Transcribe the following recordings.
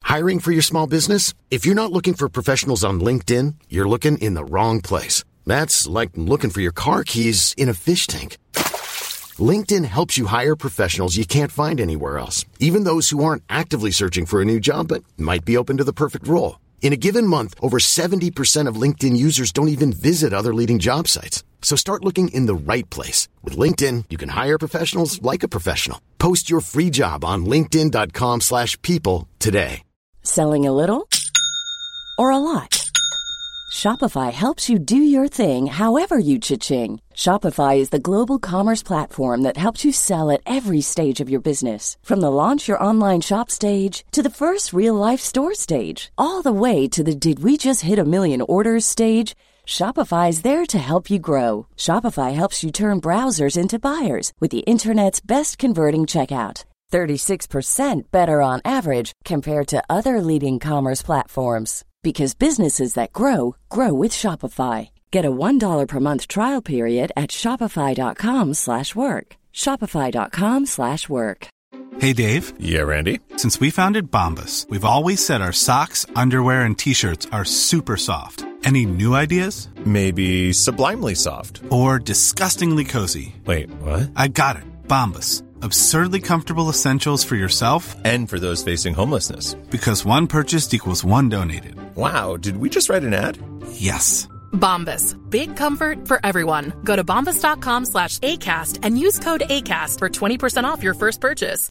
Hiring for your small business? If you're not looking for professionals on LinkedIn, you're looking in the wrong place. That's like looking for your car keys in a fish tank. LinkedIn helps you hire professionals you can't find anywhere else, even those who aren't actively searching for a new job but might be open to the perfect role. In a given month, over 70% of LinkedIn users don't even visit other leading job sites. So start looking in the right place. With LinkedIn, you can hire professionals like a professional. Post your free job on linkedin.com/people today. Selling a little or a lot? Shopify helps you do your thing however you cha-ching. Shopify is the global commerce platform that helps you sell at every stage of your business. From the launch your online shop stage to the first real-life store stage, all the way to the did we just hit a million orders stage. Shopify is there to help you grow. Shopify helps you turn browsers into buyers with the internet's best converting checkout. 36% better on average compared to other leading commerce platforms. Because businesses that grow, grow with Shopify. Get a $1 per month trial period at shopify.com/work. Shopify.com/work. Hey, Dave. Yeah, Randy. Since we founded Bombas, we've always said our socks, underwear, and T-shirts are super soft. Any new ideas? Maybe sublimely soft. Or disgustingly cozy. Wait, what? I got it. Bombas. Absurdly comfortable essentials for yourself and for those facing homelessness. Because one purchased equals one donated. Wow, did we just write an ad? Yes. Bombas. Big comfort for everyone. Go to bombas.com/ACAST and use code ACAST for 20% off your first purchase.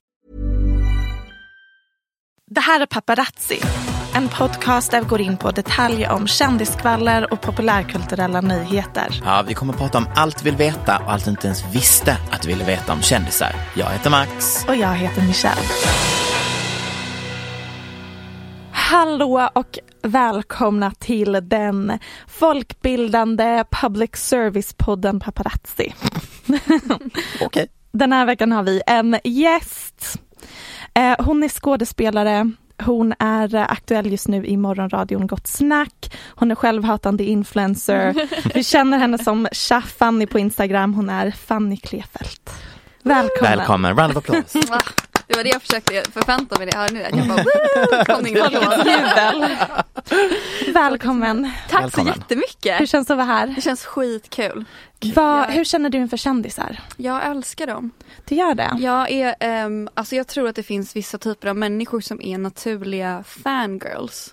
Det här är Paparazzi. En podcast där vi går in på detaljer om kändiskvaller och populärkulturella nyheter. Ja, vi kommer att prata om allt vi vill veta och allt du inte ens visste att du ville veta om kändisar. Jag heter Max. Och jag heter Michelle. Hallå och välkomna till den folkbildande public service-podden Paparazzi. Okej. Den här veckan har vi en gäst. Hon är skådespelare. Hon är aktuell just nu i morgonradion Gott Snack. Hon är självhatande influencer. Vi känner henne som Fanny på Instagram. Hon är Fanny Klefelt. Välkommen. Välkommen. Round of applause. Det var det jag försökte förvänta mig det här nu. Jag bara, kom in jubel. Välkommen. Tack Välkommen. så jättemycket. Hur känns det att vara här? Det känns skitkul. Hur känner du inför kändisar? Jag älskar dem. Du gör det? Jag är, alltså jag tror att det finns vissa typer av människor som är naturliga fangirls.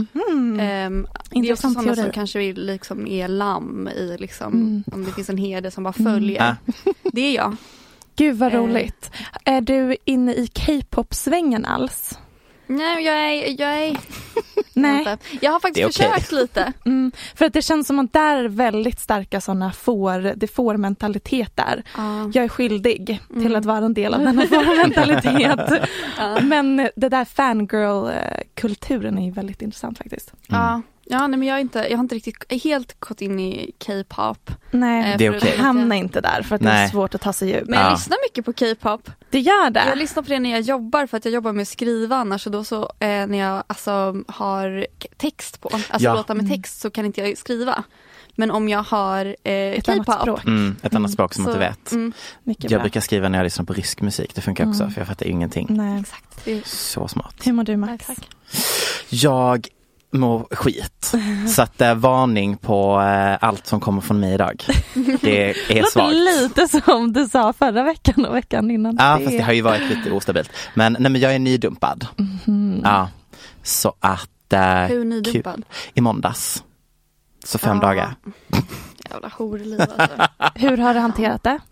Det är också sådana som kanske liksom är lamm i liksom, om det finns en herde som bara följer. Det är jag. Gud vad roligt. Är du inne i K-pop-svängen alls? Nej, jag är Nej. Jag har faktiskt försökt lite. För att det känns som att där är väldigt starka sådana får-mentalitet där. Jag är skyldig till att vara en del av den här får-mentalitet. Men det där fangirl-kulturen är ju väldigt intressant faktiskt. Ja, nej, men jag har inte riktigt helt gått in i K-pop. Nej, det är okej. Hamna inte där för att det är svårt att ta sig ut. Men jag lyssnar mycket på K-pop. Det gör det? Jag lyssnar på det när jag jobbar för att jag jobbar med att skriva annars. Och då så när jag har text på, låtar med text så kan inte jag skriva. Men om jag har ett K-pop. annat språk. Ett annat språk som du vet. Jag brukar skriva när jag lyssnar på rysk musik. Det funkar också för jag fattar ingenting. Nej. Exakt. Så smart. Hur mår du, Max? Tack. Jag mår skit. Så att varning på allt som kommer från mig idag. Det är svagt. Lite som du sa förra veckan och veckan innan. Ja, fast det har ju varit lite ostabilt. Men jag är nydumpad. Ja, så att... Hur nydumpad? I måndags. Så 5 dagar. Jävla horliv alltså. Hur har du hanterat det?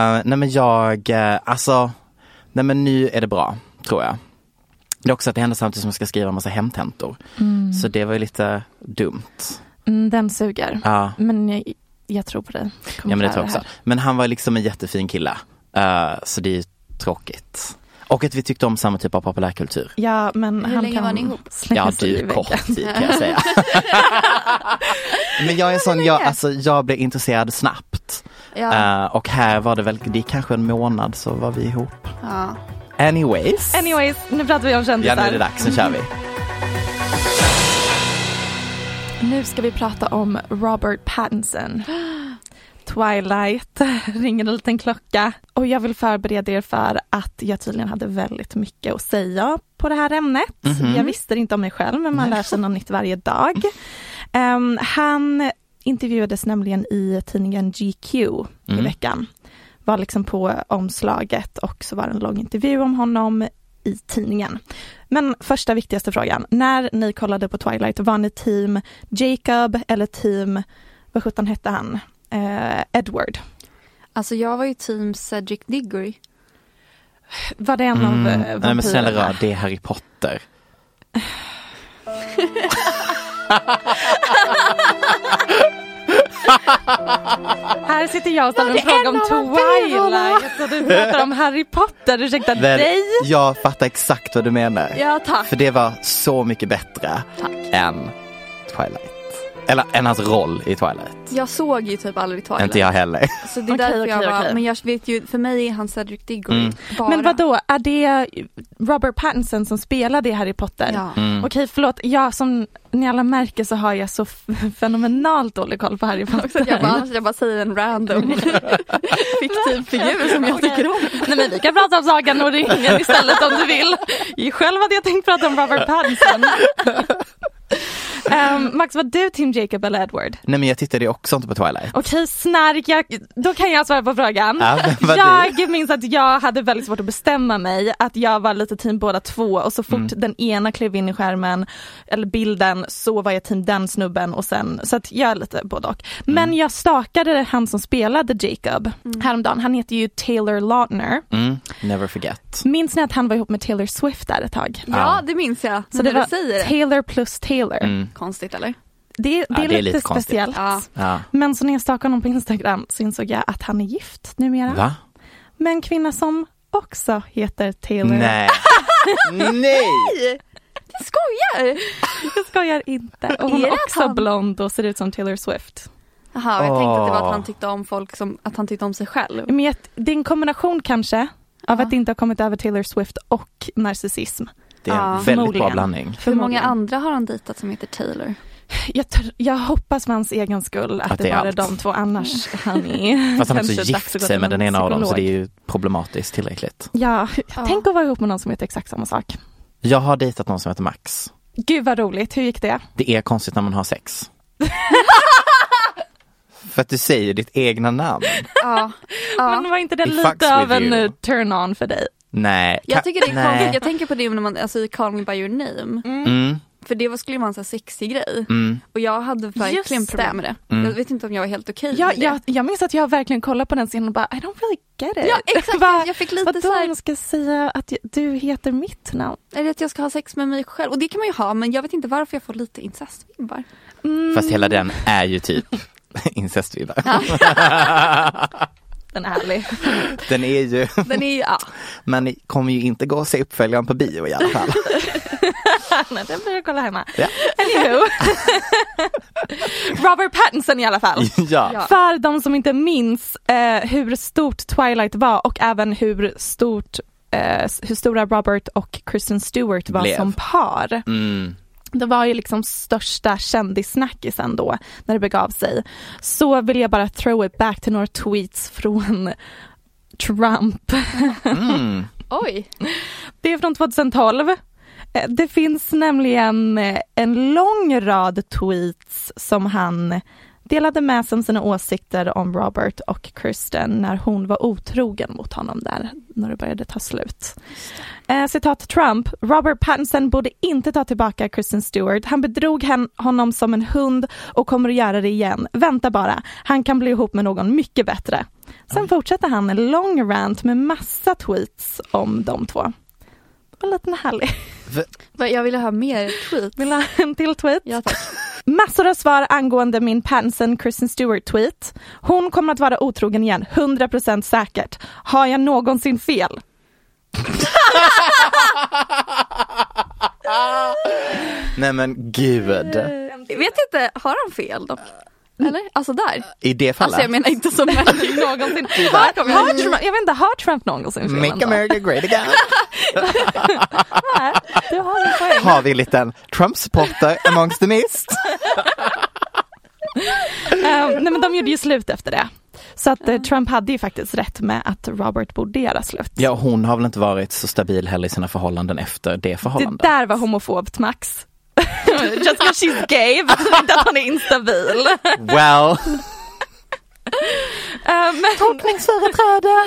Nej men nu är det bra, tror jag. Det är också att det händer samtidigt som jag ska skriva en massa hemtentor. Så det var ju lite dumt. Den suger. Ja. Men jag tror på det. Ja, men det tror jag också. Men han var liksom en jättefin kille. Så det är tråkigt. Och att vi tyckte om samma typ av populärkultur. Ja, men hur länge var ni ihop? Ja, kort tid kan jag säga. Men jag är sån, jag blev intresserad snabbt. Ja. Och här var det väl, det kanske en månad så var vi ihop. Ja. Anyways, nu pratar vi om kändisar. Ja, nu är det dags, så kör vi. Nu ska vi prata om Robert Pattinson. Twilight ringer en liten klocka. Och jag vill förbereda er för att jag tydligen hade väldigt mycket att säga på det här ämnet. Jag visste det inte om mig själv, men man lär sig något nytt varje dag. Han intervjuades nämligen i tidningen GQ i veckan. Var liksom på omslaget och så var det en lång intervju om honom i tidningen. Men första viktigaste frågan. När ni kollade på Twilight, var ni team Jacob eller team, vad sjutton hette han? Edward? Alltså jag var ju team Cedric Diggory. Var det en av vampyrerna? Nej men snälla rör, det är Harry Potter. Här sitter jag och ställer en fråga om Twilight och du pratar om Harry Potter. Ursäkta dig. Jag fattar exakt vad du menar. Ja, tack. För det var så mycket bättre än Twilight. Eller än hans roll i Twilight. Jag såg ju typ aldrig Twilight. Inte jag heller. Så det är därför jag var, men jag vet ju, för mig är han Cedric Diggory. Men vadå, är det Robert Pattinson som spelade i Harry Potter? Ja. Okej, förlåt. Jag, som ni alla märker så har jag så fenomenalt dålig koll på Harry Potter. Jag bara säger en random fiktiv figur som jag tycker om. Nej men vi kan prata om Sagan och ringen istället om du vill. Själv hade jag tänkt prata om Robert Pattinson. Max, var du team Jacob eller Edward? Nej men jag tittade ju också inte på Twilight. Okej, snark, då kan jag svara på frågan. Jag minns att jag hade väldigt svårt att bestämma mig. Att jag var lite team båda två. Och så fort den ena klev in i skärmen eller bilden så var jag team den snubben. Och sen, så att jag är lite både och. Men jag stakade han som spelade Jacob häromdagen. Han heter ju Taylor Lautner. Never forget. Minns ni att han var ihop med Taylor Swift där ett tag? Ja, det minns jag. Så det var Taylor plus Taylor. Konstigt eller? Det är lite speciellt. Ja. Men så när jag stakade honom på Instagram så insåg jag att han är gift numera. Va? Med en kvinna som också heter Taylor. Nej. Nej! Jag skojar! Jag skojar inte. Och hon är också blond och ser ut som Taylor Swift. Jaha, jag tänkte att det var att han tyckte om folk som, att han tyckte om sig själv. Men det är en kombination kanske av att inte ha kommit över Taylor Swift och narcissism. Det är en väldigt bra blandning. Hur många andra har han dejtat som heter Taylor? Jag hoppas för hans egen skull att det bara är de två, annars han är... Fast han också gift sig med den ena av dem, så det är ju problematiskt tillräckligt. Ja, tänk att vara ihop med någon som heter exakt samma sak. Jag har dejtat någon som heter Max. Gud vad roligt, hur gick det? Det är konstigt när man har sex. För att du säger ditt egna namn. Ja. Men var inte det lite av en turn-on för dig? Nej. Jag tycker det är konstigt. Jag tänker på det när man, alltså i Call Me By Your Name. För det skulle vara en så sexig grej. Och jag hade verkligen problem med det. Jag vet inte om jag var helt okej med det. Jag minns att jag verkligen kollade på den scenen och bara, I don't really get it. Ja, exakt. Jag fick lite så här... Vadå, ska säga att du heter mitt namn? Eller att jag ska ha sex med mig själv. Och det kan man ju ha, men jag vet inte varför jag får lite incestvibbar. Fast hela den är ju typ incestvibbar. Den är härlig. Den är ju, ja. Men kommer ju inte gå och se uppföljaren på bio i alla fall. Nej, den blir jag kolla hemma. Ja. Anywho. Robert Pattinson i alla fall. Ja. För de som inte minns hur stort Twilight var och även hur stora Robert och Kristen Stewart var som par. Det var ju liksom största kändissnackisen då när det begav sig. Så vill jag bara throw it back till några tweets från Trump. Oj. Det är från 2012. Det finns nämligen en lång rad tweets som han delade med sig om sina åsikter om Robert och Kristen när hon var otrogen mot honom där när det började ta slut. Citat Trump: Robert Pattinson borde inte ta tillbaka Kristen Stewart. Han bedrog honom som en hund och kommer att göra det igen. Vänta bara, han kan bli ihop med någon mycket bättre. Sen fortsätter han en lång rant med massa tweets om de två. Det var lite härlig. Jag ville ha mer tweets. Vill du ha en till tweet? Ja, tack. Massor av svar angående min Pattinson-Kristen Stewart-tweet. Hon kommer att vara otrogen igen, 100% säkert. Har jag någonsin fel? Nej men gud. Jag vet inte, har han fel dock? Eller? Alltså där. I det fallet. Alltså jag menar inte som någonsin. Jag vet inte, har Trump någonsin fel? Make America great again. Nej, du har en poäng. Har vi en liten Trump-supporter amongst the mist? Nej men de gjorde ju slut efter det. Så att Trump hade ju faktiskt rätt med att Robert borde göra slut. Ja, hon har väl inte varit så stabil heller i sina förhållanden efter det förhållandet. Det där var homofobt, Max. Just because she's gay, betyder inte att hon är instabil. Well... Tolkningsföreträde.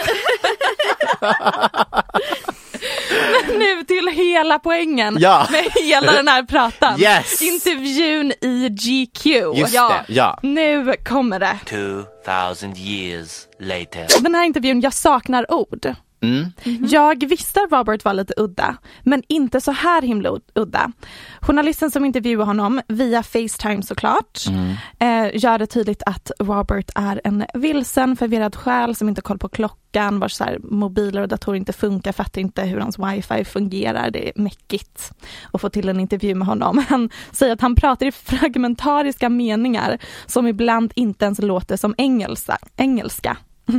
Men nu till hela poängen med hela den här pratan. Yes. Intervjun i GQ. Just det, ja. Nu kommer det. 2000 years later. Den här intervjun, jag saknar ord. Jag visste att Robert var lite udda, men inte så här himla udda. Journalisten som intervjuar honom via FaceTime såklart gör det tydligt att Robert är en vilsen, förvirrad själ som inte har koll på klockan, vars så här mobiler och datorer inte funkar, fattar inte hur hans wifi fungerar. Det är mäckigt att få till en intervju med honom. Han säger att han pratar i fragmentariska meningar som ibland inte ens låter som engelska.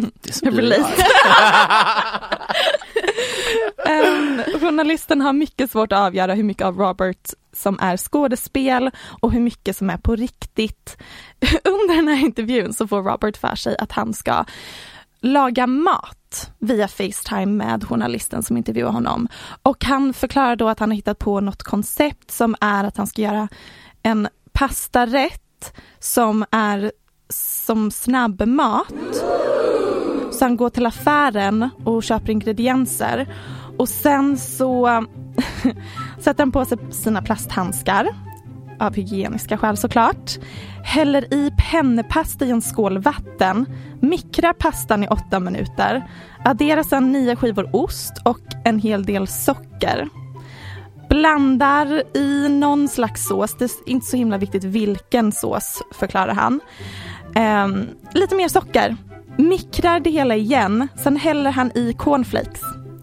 Journalisten har mycket svårt att avgöra hur mycket av Robert som är skådespel och hur mycket som är på riktigt. Under den här intervjun så får Robert för sig att han ska laga mat via FaceTime med journalisten som intervjuar honom. Och han förklarar då att han har hittat på något koncept som är att han ska göra en pastarätt som är som snabbmat. Så han går till affären och köper ingredienser. Och sen så sätter han på sig sina plasthandskar. Av hygieniska skäl såklart. Häller i pennepasta i en skål vatten. Mikrar pastan i 8 minuter. Adderar sedan 9 skivor ost och en hel del socker. Blandar i någon slags sås. Det är inte så himla viktigt vilken sås, förklarar han. Lite mer socker. Mikrar det hela igen. Sen häller han i cornflakes.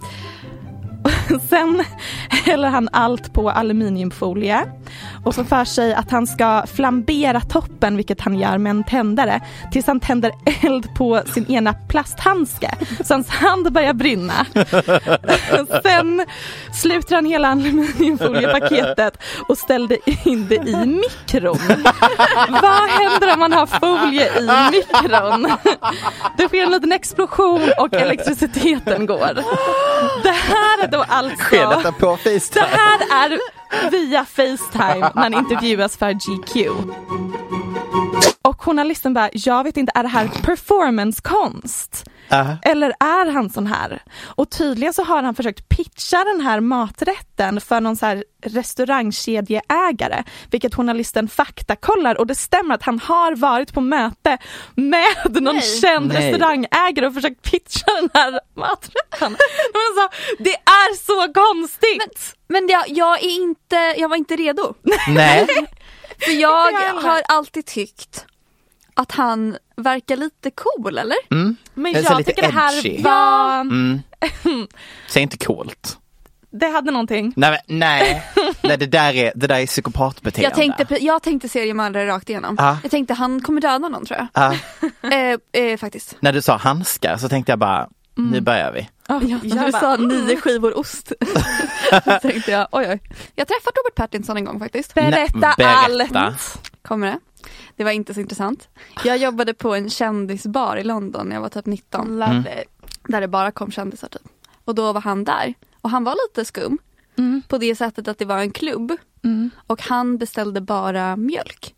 Sen häller han allt på aluminiumfolie. Och så för sig att han ska flambera toppen, vilket han gör med en tändare, tills han tänder eld på sin ena plasthandske. Så hans hand börjar brinna. Sen sluter han hela aluminiumfoliepaketet och ställde in det i mikron. Vad händer om man har folie i mikron? Det sker en liten explosion och elektriciteten går. Det här är då alltså... Sker detta på FaceTime? Det här är via FaceTime när han intervjuas för GQ. Och journalisten bara, jag vet inte, är det här performancekonst? Eller är han sån här? Och tydligen så har han försökt pitcha den här maträtten för någon så här restaurangkedjeägare, vilket journalisten faktakollar, och det stämmer att han har varit på möte med någon känd restaurangägare och försökt pitcha den här maträtten. Det är så konstigt. Men jag var inte redo. Nej. För jag har alltid tyckt att han verkar lite cool, eller? Men jag tycker det här var... Säg inte coolt. Det hade någonting. Nej, det där är psykopatbeteende. Jag tänkte seriemördare rakt igenom. Jag tänkte han kommer döda någon, tror jag. Faktiskt. När du sa handskar så tänkte jag bara, nu börjar vi. Jag sa 9 skivor ost. Så tänkte jag, oj. Jag träffat Robert Pattinson en gång faktiskt. Berätta allt. Kommer det? Det var inte så intressant. Jag jobbade på en kändisbar i London när jag var typ 19. Där det bara kom kändisar typ. Och då var han där. Och han var lite skum. På det sättet att det var en klubb. Och han beställde bara mjölk.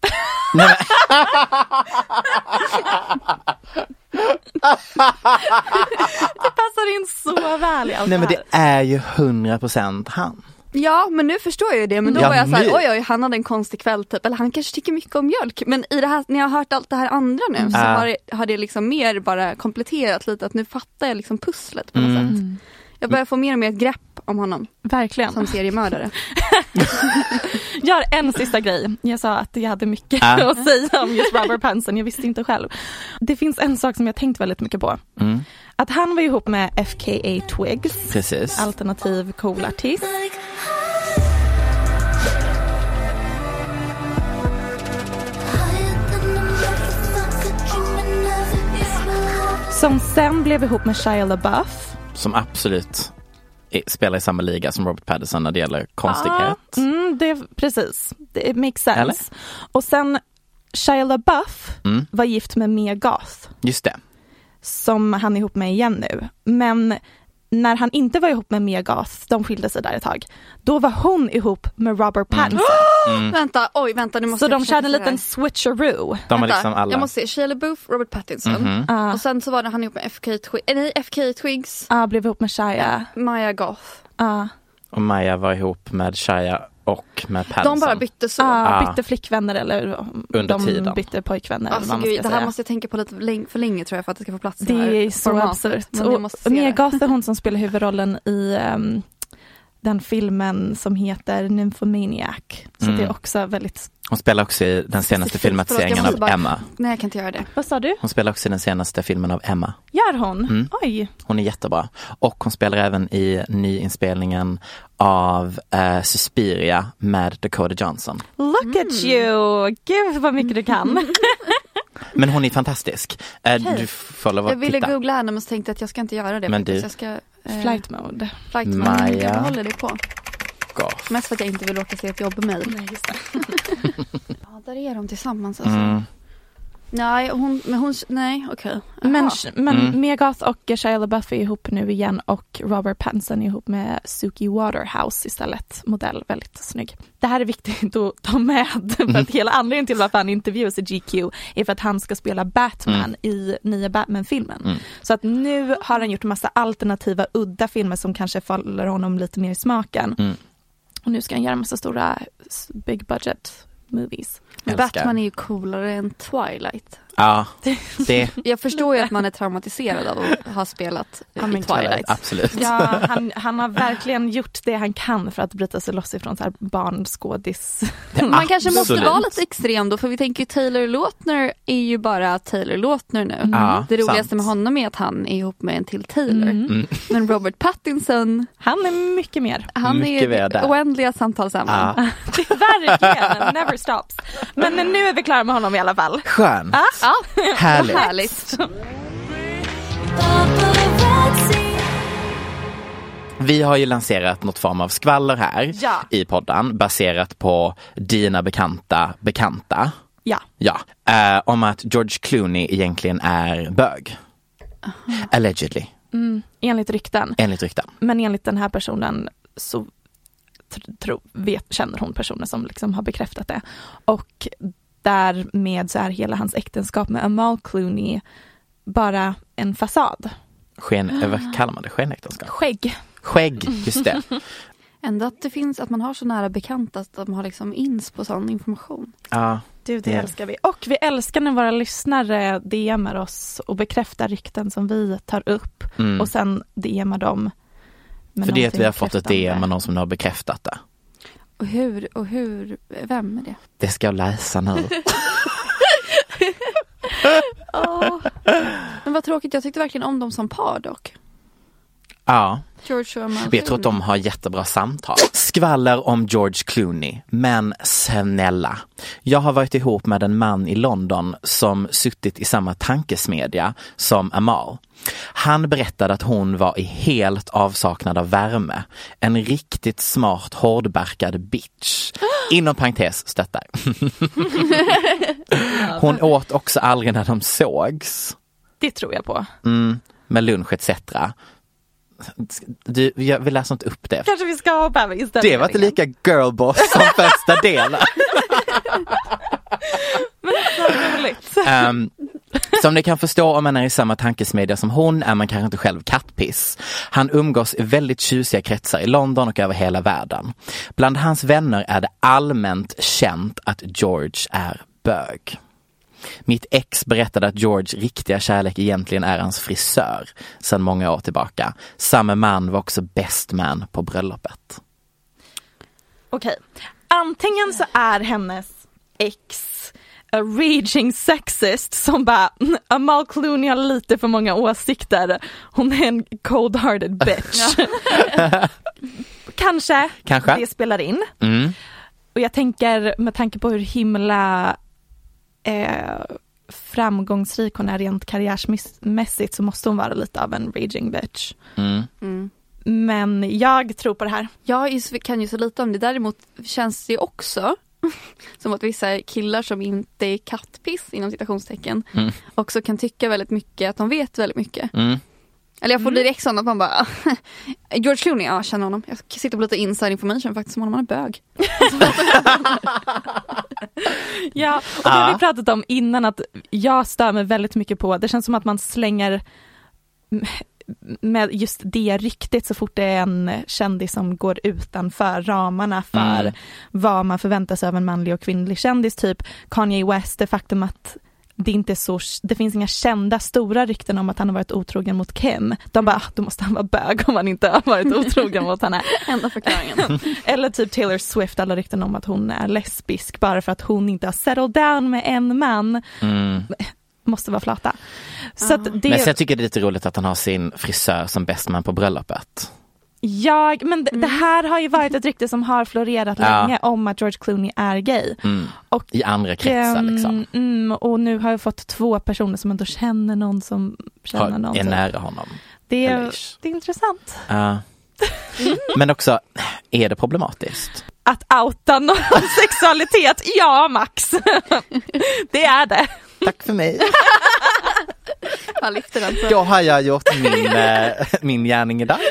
Det passar in så väl i allt. Nej, men det är ju 100% han. Ja, men nu förstår jag det. Men då var jag så här, oj, han hade en konstig kväll typ. Eller han kanske tycker mycket om mjölk. Men i det här, när jag har hört allt det här andra nu, så har det liksom mer bara kompletterat lite. Att nu fattar jag liksom pusslet på något sätt. Jag börjar få mer och mer ett grepp om honom. Verkligen. Som seriemördare. Gör en sista grej. Jag sa att jag hade mycket att säga om just Robert Pattinson. Jag visste inte själv. Det finns en sak som jag tänkt väldigt mycket på. Att han var ihop med FKA Twigs. Precis. Alternativ cool artist. Som sen blev ihop med Shia LaBeouf. Som absolut spelar i samma liga som Robert Pattinson när det gäller konstighet. Precis. Det makes sense. Eller? Och sen Shia LaBeouf var gift med Mia Goth. Just det. som han är ihop med igen nu. Men när han inte var ihop med Mia Goth, de skilde sig där ett tag, då var hon ihop med Robert Pattinson. Vänta, nu måste så de körde en liten switcheroo. De är liksom alla. Jag måste se, Shia LaBeouf, Robert Pattinson. Och sen så var det han ihop med FK Twigs. Blev ihop med Shia. Maya Goth. Och Maya var ihop med Shia och med Pattinson. De bara bytte så. Bytte flickvänner eller under tiden. Bytte pojkvänner. Alltså, eller vad man ska det här säga. måste jag tänka på lite för länge tror jag för att det ska få plats. Det är så absurt. Och Mia Goth är hon som spelar huvudrollen i den filmen som heter Nymphomaniac. Så det är också väldigt... Hon spelar också i den senaste filmatiseringen av Emma. Nej, jag kan inte göra det. Vad sa du? Hon spelar också i den senaste filmen av Emma. Gör hon? Oj. Hon är jättebra. Och hon spelar även i nyinspelningen av Suspiria med Dakota Johnson. Look at you! Gud vad mycket du kan. Men hon är fantastisk. Du får lov att jag ville titta. googla henne men tänkte att jag ska inte göra det. Men du... Jag ska, Flight mode. Maja. Jag håller det på. Goth. Mest för att jag inte vill råka se ett jobbmail. Nej, just det. Ja, där är de tillsammans alltså. Nej, okej. Men Mia Goth och Shia LaBeouf är ihop nu igen och Robert Pattinson är ihop med Suki Waterhouse istället. Modell, väldigt snygg. Det här är viktigt att ta med för att hela anledningen till varför han intervjuas i GQ är för att han ska spela Batman i nya Batman-filmen. Så att nu har han gjort en massa alternativa udda filmer som kanske faller honom lite mer i smaken. Och nu ska han göra en massa stora big budget movies. Batman är ju coolare än Twilight. Ja, det... Jag förstår ju att man är traumatiserad av att ha spelat i Twilight. Absolut. Ja, han har verkligen gjort det han kan för att bryta sig loss ifrån så här barnskådis. Man kanske måste vara lite extrem då, för vi tänker Taylor Lautner är ju bara Taylor Lautner nu. Det roligaste med honom är att han är ihop med en till Taylor. Men Robert Pattinson, han är mycket mer. Han mycket är oändliga samtalsämnen. Det är verkligen, never stops. Men nu är vi klara med honom i alla fall. Skönt. Ja, Härligt. Vi har ju lanserat något form av skvaller här i podden baserat på dina bekanta. Ja. Om att George Clooney egentligen är bög. Allegedly. Enligt rykten. Men enligt den här personen så känner hon personer som liksom har bekräftat det. Och därmed så är hela hans äktenskap med Amal Clooney bara en fasad. Vad kallar man det? Skenäktenskap? Skägg, just det. Ändå att det finns att man har så nära bekanta att de har liksom ins på sån information. Ja. Det älskar vi. Och vi älskar när våra lyssnare DMar oss och bekräftar rykten som vi tar upp. Och sen DMar dem. För det är att vi har fått ett DM med någon som har bekräftat det. Och hur, vem är det? Det ska jag läsa nu. Men vad tråkigt, jag tyckte verkligen om dem som par dock. Ja. George och Amal. Jag tror att de har jättebra samtal. Skvaller om George Clooney. Men snälla. Jag har varit ihop med en man i London som suttit i samma tankesmedja som Amal. Han berättade att hon var i helt avsaknad av värme. En riktigt smart, hårdbarkad bitch. Inom parentes, stöttar. Hon åt också aldrig när de sågs. Det tror jag på. Med lunch etc. Jag vill läsa inte upp det. Kanske vi ska hoppa över istället. Det var inte lika girlboss som första delen. Men det är så roligt. Som ni kan förstå om man är i samma tankesmedja som hon är man kanske inte själv kattpiss. Han umgås i väldigt tjusiga kretsar i London och över hela världen. Bland hans vänner är det allmänt känt att George är bög. Mitt ex berättade att George riktiga kärlek egentligen är hans frisör sedan många år tillbaka. Samma man var också best man på bröllopet. Okej. Antingen så är hennes ex a raging sexist som bara Amal Clooney har lite för många åsikter. Hon är en cold-hearted bitch. Kanske det spelar in. Och jag tänker med tanke på hur himla framgångsrik hon är rent karriärsmässigt så måste hon vara lite av en raging bitch. Men jag tror på det här. Jag kan ju så lite om det. Däremot känns det också som att vissa killar som inte är kattpiss inom citationstecken också kan tycka väldigt mycket, att de vet väldigt mycket. Eller jag får direkt sånt att man bara George Clooney, jag känner honom. Jag sitter på lite inside information faktiskt som honom, han är bög. Ja, och det har vi pratat om innan, att jag stör mig väldigt mycket på. Det känns som att man slänger med just det riktigt så fort det är en kändis som går utanför ramarna för vad man förväntar sig av en manlig och kvinnlig kändis, typ Kanye West, det faktum att det inte är så, det finns inga kända stora rykten om att han har varit otrogen mot Kim. De bara, då måste han vara bög om han inte har varit otrogen mot henne. Enda förklaringen. Eller typ Taylor Swift, alla rykten om att hon är lesbisk bara för att hon inte har settled down med en man. Måste vara flata. Så att det... Men så jag tycker det är lite roligt att han har sin frisör som bästman på bröllopet. Ja, men det här har ju varit ett rykte som har florerat länge om att George Clooney är gay. Och, i andra kretsar liksom. Och nu har jag fått 2 personer som ändå känner någon som känner någon. Är nära honom. Det är intressant. Men också, är det problematiskt? Att outa någon sexualitet? Ja, Max. Det är det. Tack för mig. Jag lyfter den så. Då har jag gjort min gärning idag.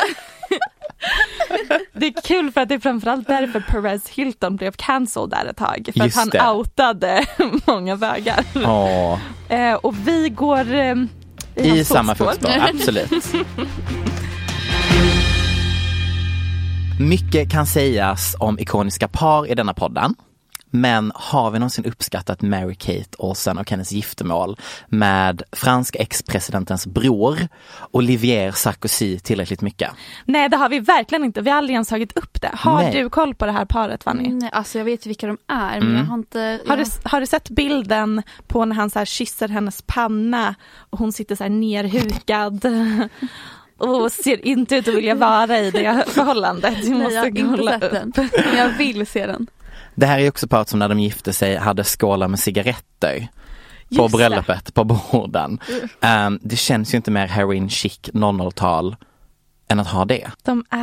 Det är kul för att det är framförallt därför Perez Hilton blev cancelled där ett tag. För att han outade många vägar. Och vi går i samma fotspår, absolut. Mycket kan sägas om ikoniska par i denna podden. Men har vi någonsin uppskattat Mary-Kate Olsen och hennes giftermål med franska ex-presidentens bror Olivier Sarkozy tillräckligt mycket? Nej, det har vi verkligen inte. Vi har aldrig ens tagit upp det. Har du koll på det här paret, Fanny? Nej, alltså jag vet vilka de är, men jag har inte... Har du sett bilden på när han så här kysser hennes panna och hon sitter så här nerhukad och ser inte ut att vilja vara i det förhållandet? Nej, jag har inte sett den. Men jag vill se den. Det här är också paret som när de gifte sig hade skålar med cigaretter på bröllopet, på borden. Det känns ju inte mer heroin chic 00-tal än att ha det.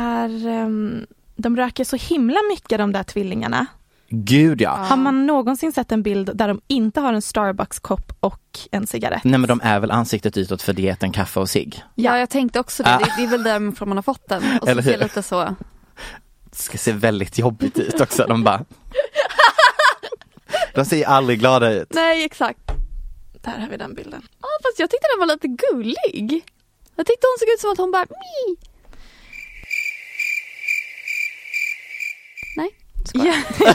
De röker så himla mycket, de där tvillingarna. Gud ja. Har man någonsin sett en bild där de inte har en Starbucks-kopp och en cigarett? Nej, men de är väl ansiktet utåt för dieten kaffe och cigg. Ja, jag tänkte också det. Det är väl därför man har fått den. Och så ser lite så... Det ska se väldigt jobbigt ut också. De ser aldrig glada ut. Nej, exakt. Där har vi den bilden. Fast jag tyckte den var lite gullig. Jag tyckte hon såg ut som att hon bara... Nej, skojar.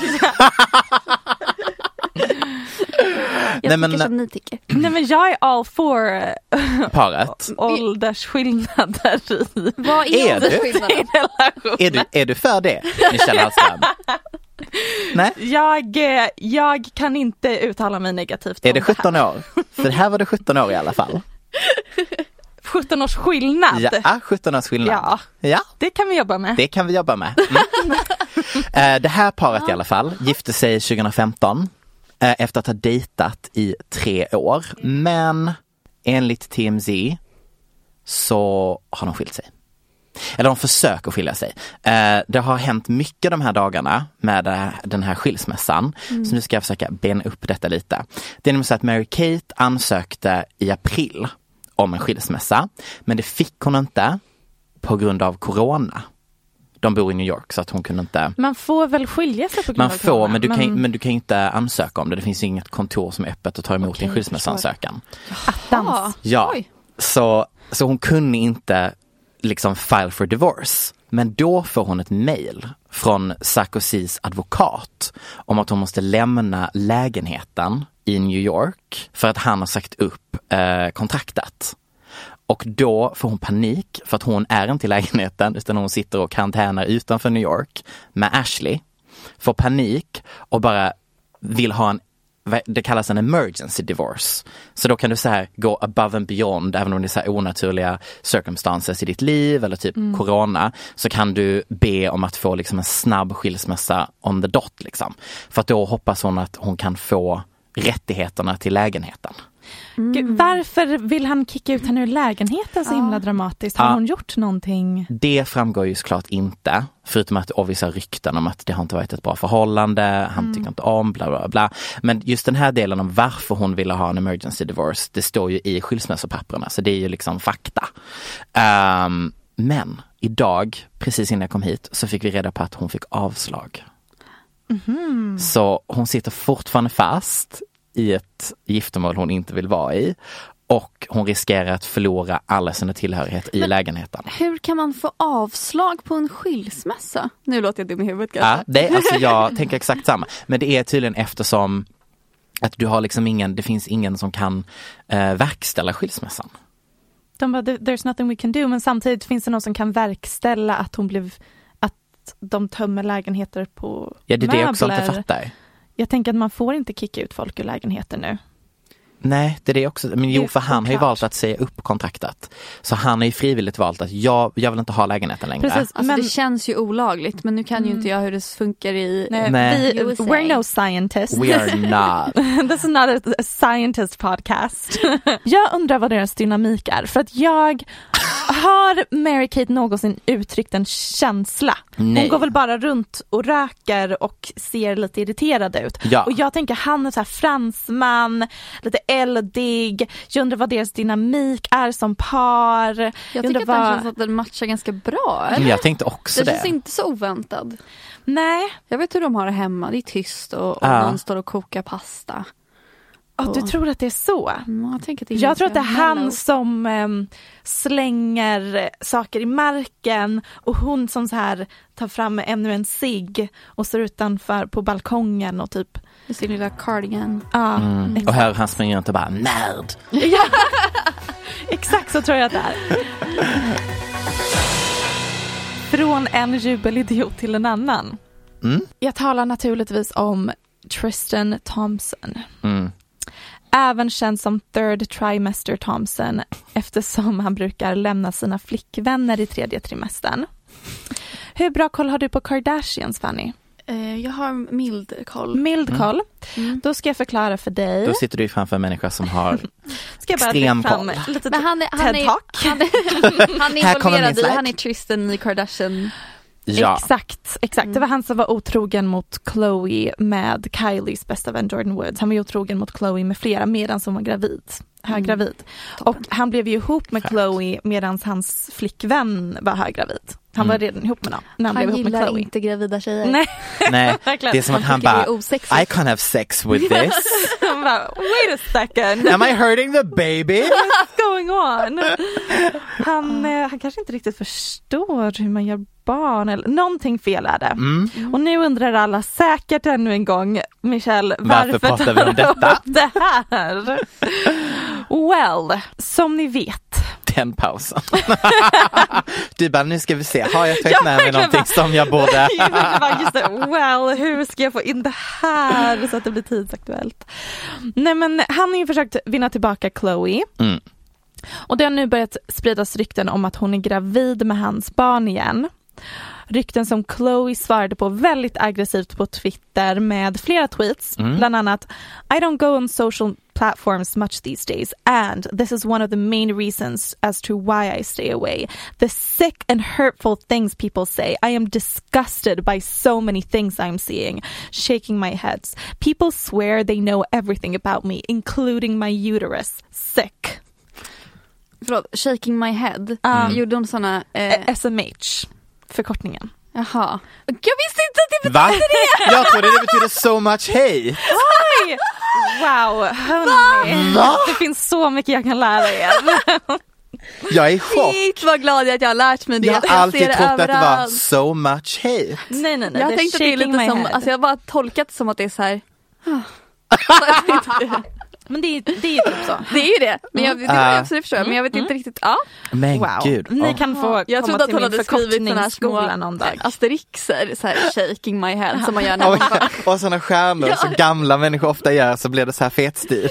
Jag tycker som ni tycker. Nej, men jag är all for paret. Åldersskillnader i. Vad är åldersskillnaden? Är du för det, Michelle Hallström? Nej? Jag kan inte uttala mig negativt. Är det 17 år? För här var det 17 år i alla fall. 17 års skillnad? Ja, 17 års skillnad. Ja. Det kan vi jobba med. Det här paret i alla fall gifte sig 2015 efter att ha dejtat i 3 år. Men enligt TMZ så har de skilt sig. Eller de försöker skilja sig. Det har hänt mycket de här dagarna med den här skilsmässan. Så nu ska jag försöka bena upp detta lite. Det är nämligen så att Mary-Kate ansökte i april om en skilsmässa. Men det fick hon inte på grund av corona. De bor i New York så att hon kunde inte... Man får väl skilja sig på grund av corona. Men du kan inte ansöka om det. Det finns inget kontor som är öppet att ta emot din skilsmässansökan. Attans. Ja, så hon kunde inte liksom file for divorce. Men då får hon ett mejl från Sarkozys advokat om att hon måste lämna lägenheten i New York för att han har sagt upp kontraktet. Och då får hon panik för att hon är inte i lägenheten utan hon sitter och karantänar utanför New York med Ashley. Får panik och bara vill ha det kallas en emergency divorce. Så då kan du så här gå above and beyond, även om det är så här onaturliga circumstances i ditt liv eller typ corona, så kan du be om att få liksom en snabb skilsmässa on the dot liksom. För att då hoppas hon att hon kan få rättigheterna till lägenheten. Gud, varför vill han kicka ut henne ur lägenheten så himla dramatiskt? Har hon gjort någonting? Det framgår ju såklart inte. Förutom att vissa rykten om att det har inte varit ett bra förhållande. Han tycker inte om, bla bla bla. Men just den här delen om varför hon ville ha en emergency divorce, det står ju i skilsmässopapperna. Så det är ju liksom fakta. Men idag, precis innan jag kom hit, så fick vi reda på att hon fick avslag. Så hon sitter fortfarande fast i ett giftermål hon inte vill vara i. Och hon riskerar att förlora alla sina tillhörigheter i lägenheten. Hur kan man få avslag på en skilsmässa? Nu låter jag dum i huvudet. Ja, jag tänker exakt samma. Men det är tydligen eftersom att du har liksom det finns ingen som kan verkställa skilsmässan. De bara, there's nothing we can do. Men samtidigt finns det någon som kan verkställa att de tömmer lägenheter på Ja, det är möbler. det jag också inte fattar. Jag tänker att man får inte kicka ut folk ur lägenheter nu. Nej, det är det också. Men för han har ju valt att säga upp kontraktet. Så han har ju frivilligt valt att jag vill inte ha lägenheten längre. Precis, alltså det känns ju olagligt, men nu kan ju inte jag hur det funkar i We're no scientists. We are not. This is not a scientist podcast. Jag undrar vad deras dynamik är. För att har Mary-Kate någonsin uttryckt en känsla? Nej. Hon går väl bara runt och röker och ser lite irriterad ut. Ja. Och jag tänker han är så här fransman, lite eldig. Jag undrar vad deras dynamik är som par. Jag tycker att den matchar ganska bra. Eller? Jag tänkte också det. Det känns inte så oväntad. Nej. Jag vet hur de har det hemma. Det är tyst och någon står och kokar pasta. Du tror att det är så? Jag tror att det är han som slänger saker i marken och hon som så här tar fram ännu en cigg och står utanför på balkongen och typ i sin lilla cardigan. Och här han springer runt och bara nörd. Ja. Exakt så tror jag att det är. Från en jubelidiot till en annan. Jag talar naturligtvis om Tristan Thompson. Även känd som Third Trimester Thompson, eftersom han brukar lämna sina flickvänner i 3:e trimestern. Hur bra koll har du på Kardashians, Fanny? Jag har mild koll. Mild koll. Då ska jag förklara för dig. Då sitter du framför en människa som har extrem koll. Men han är involverad i, han är Tristan i Kardashian. Ja. Exakt. Det var han som var otrogen mot Khloe med Kylies bästa vän Jordan Woods. Han var otrogen mot Khloe med flera medan hon var höggravid. Och han blev ju ihop med Khloe medan hans flickvän var höggravid. Han var redan ihop med någon när han blev ihop med Khloe. Han gillar inte gravida tjejer. Nej. Det är som att han bara, I can't have sex with this. Han bara, wait a second. Am I hurting the baby? What's going on? Han kanske inte riktigt förstår hur man gör barn eller någonting fel är det. Och nu undrar alla säkert ännu en gång, Michelle, varför pratar vi om detta? Det här? Well, som ni vet. Den pausen. Du bara, nu ska vi se. Har jag tagit med mig någonting som jag borde... Just det. Well, hur ska jag få in det här så att det blir tidsaktuellt? Nej, men han har ju försökt vinna tillbaka Khloe. Och det har nu börjat spridas rykten om att hon är gravid med hans barn igen. Rykten som Khloe svarade på väldigt aggressivt på Twitter med flera tweets. Bland annat, I don't go on social platforms much these days, and this is one of the main reasons as to why I stay away. The sick and hurtful things people say. I am disgusted by so many things I'm seeing. Shaking my heads. People swear they know everything about me, including my uterus. Sick. Förlåt, shaking my head. Gjorde hon såna... SMH. Förkortningen. Jaha. Jag visste inte att det betydde det! Jag trodde det betyder so much hate. Oj! Wow, hörni. Det finns så mycket jag kan lära er. Jag är i chock. Shit, vad glad jag att jag har lärt mig det. Jag har alltid trott att det var so much hate. Nej. Jag har tänkt att det är lite som, alltså jag har bara tolkat det som att det är så här. Men det är ju typ så. Det är ju det. Men jag, det var absolut förstå. Men jag vet inte riktigt. Ja. Men gud. Ni kan få jag komma till min förkortningsskola någon dag. Asterixer, så här shaking my head som man gör när man och sådana stjärnor som gamla människor ofta gör, så blir det så här fet stil.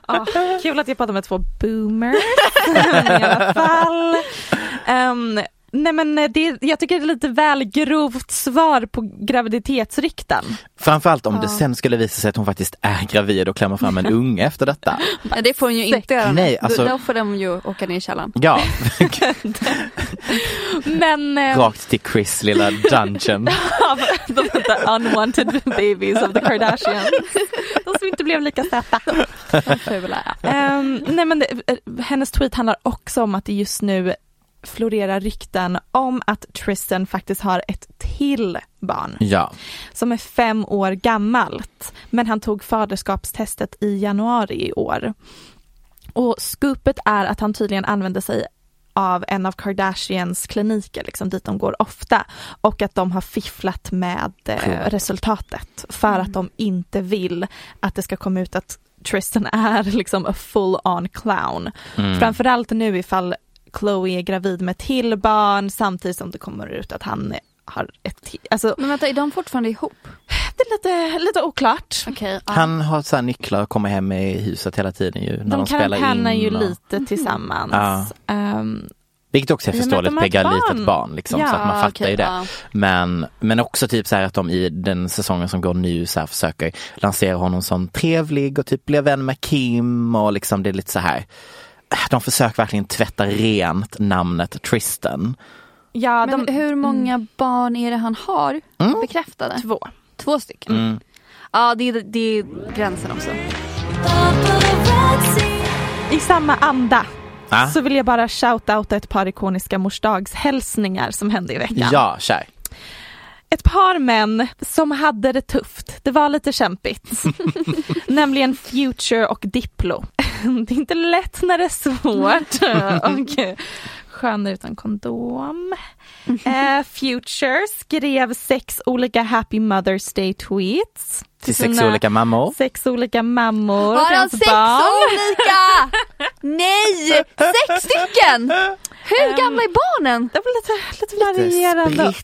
Kul att jag pratar med 2 boomers i alla fall. Nej men jag tycker det är lite väl grovt svar på graviditetsrykten. Framförallt om det sen skulle visa sig att hon faktiskt är gravid och klämmer fram en unge efter detta. Ja, det får hon ju inte göra. Nej, alltså... Då får de ju åka ner i källaren. Ja. Men, rakt till Chris lilla dungeon. The unwanted babies of the Kardashians. De som inte blev lika söta. Nej men hennes tweet handlar också om att det just nu florerar rykten om att Tristan faktiskt har ett till barn. Ja. Som är 5 år gammalt. Men han tog faderskapstestet i januari i år. Och scoopet är att han tydligen använder sig av en av Kardashians kliniker, liksom, dit de går ofta, och att de har fifflat med resultatet för att de inte vill att det ska komma ut att Tristan är liksom a full-on clown. Framförallt nu ifall Khloe är gravid med till barn samtidigt som det kommer ut att han har ett alltså, men vänta, är de fortfarande ihop? Det är lite oklart. Okay, Han har så här nycklar och kommer hem i huset hela tiden ju, när de spelar in. De kan ju lite tillsammans. Vilket också är förståeligt, pegga litet barn liksom, så att man fattar ju det. Men också typ så här att de i den säsongen som går nu så här försöker lansera honom som trevlig och typ bli vän med Kim och liksom det är lite så här. De försöker verkligen tvätta rent namnet Tristan. Ja, men hur många barn är det han har bekräftade? 2 stycken. Ja, det är gränsen också. I samma anda så vill jag bara shout-outa ett par ikoniska morsdagshälsningar som hände i veckan. Ja, kär. Ett par män som hade det tufft. Det var lite kämpigt. Nämligen Future och Diplo. Det är inte lätt när det är svårt. Och skön utan kondom. Future skrev 6 olika Happy Mother's Day tweets. Till 6 olika mammor. 6 olika mammor. Har han 6 olika? Nej! 6 stycken! Hur gamla är barnen? Det var lite varierande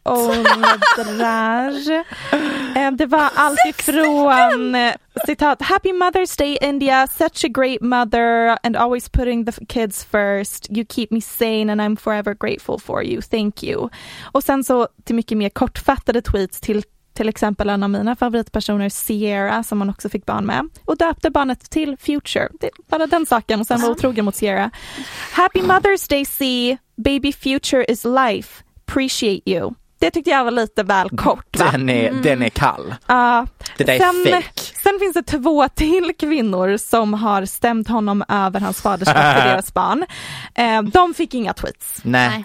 åldrar. Det var allt ifrån citat, Happy Mother's Day India, such a great mother and always putting the kids first. You keep me sane and I'm forever grateful for you. Thank you. Och sen så till mycket mer kortfattade tweets till exempel en av mina favoritpersoner, Sierra, som man också fick barn med, och döpte barnet till Future. Det är bara den saken, och sen var otrogen mot Sierra. Happy Mother's Day, C. Baby Future is life. Appreciate you. Det tyckte jag var lite väl kort, va? Den är kall. Det där är fake. Sen finns det 2 till kvinnor som har stämt honom över hans faderskap för deras barn. De fick inga tweets. Nej.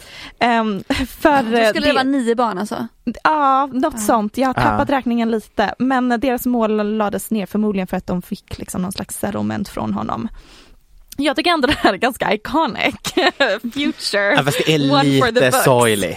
För skulle det vara 9 barn alltså? Ja, något sånt. Jag har tappat räkningen lite. Men deras mål lades ner förmodligen för att de fick liksom någon slags settlement från honom. Jag tycker ändå det här är ganska iconic. Future. Ja, fast det är lite sorgligt.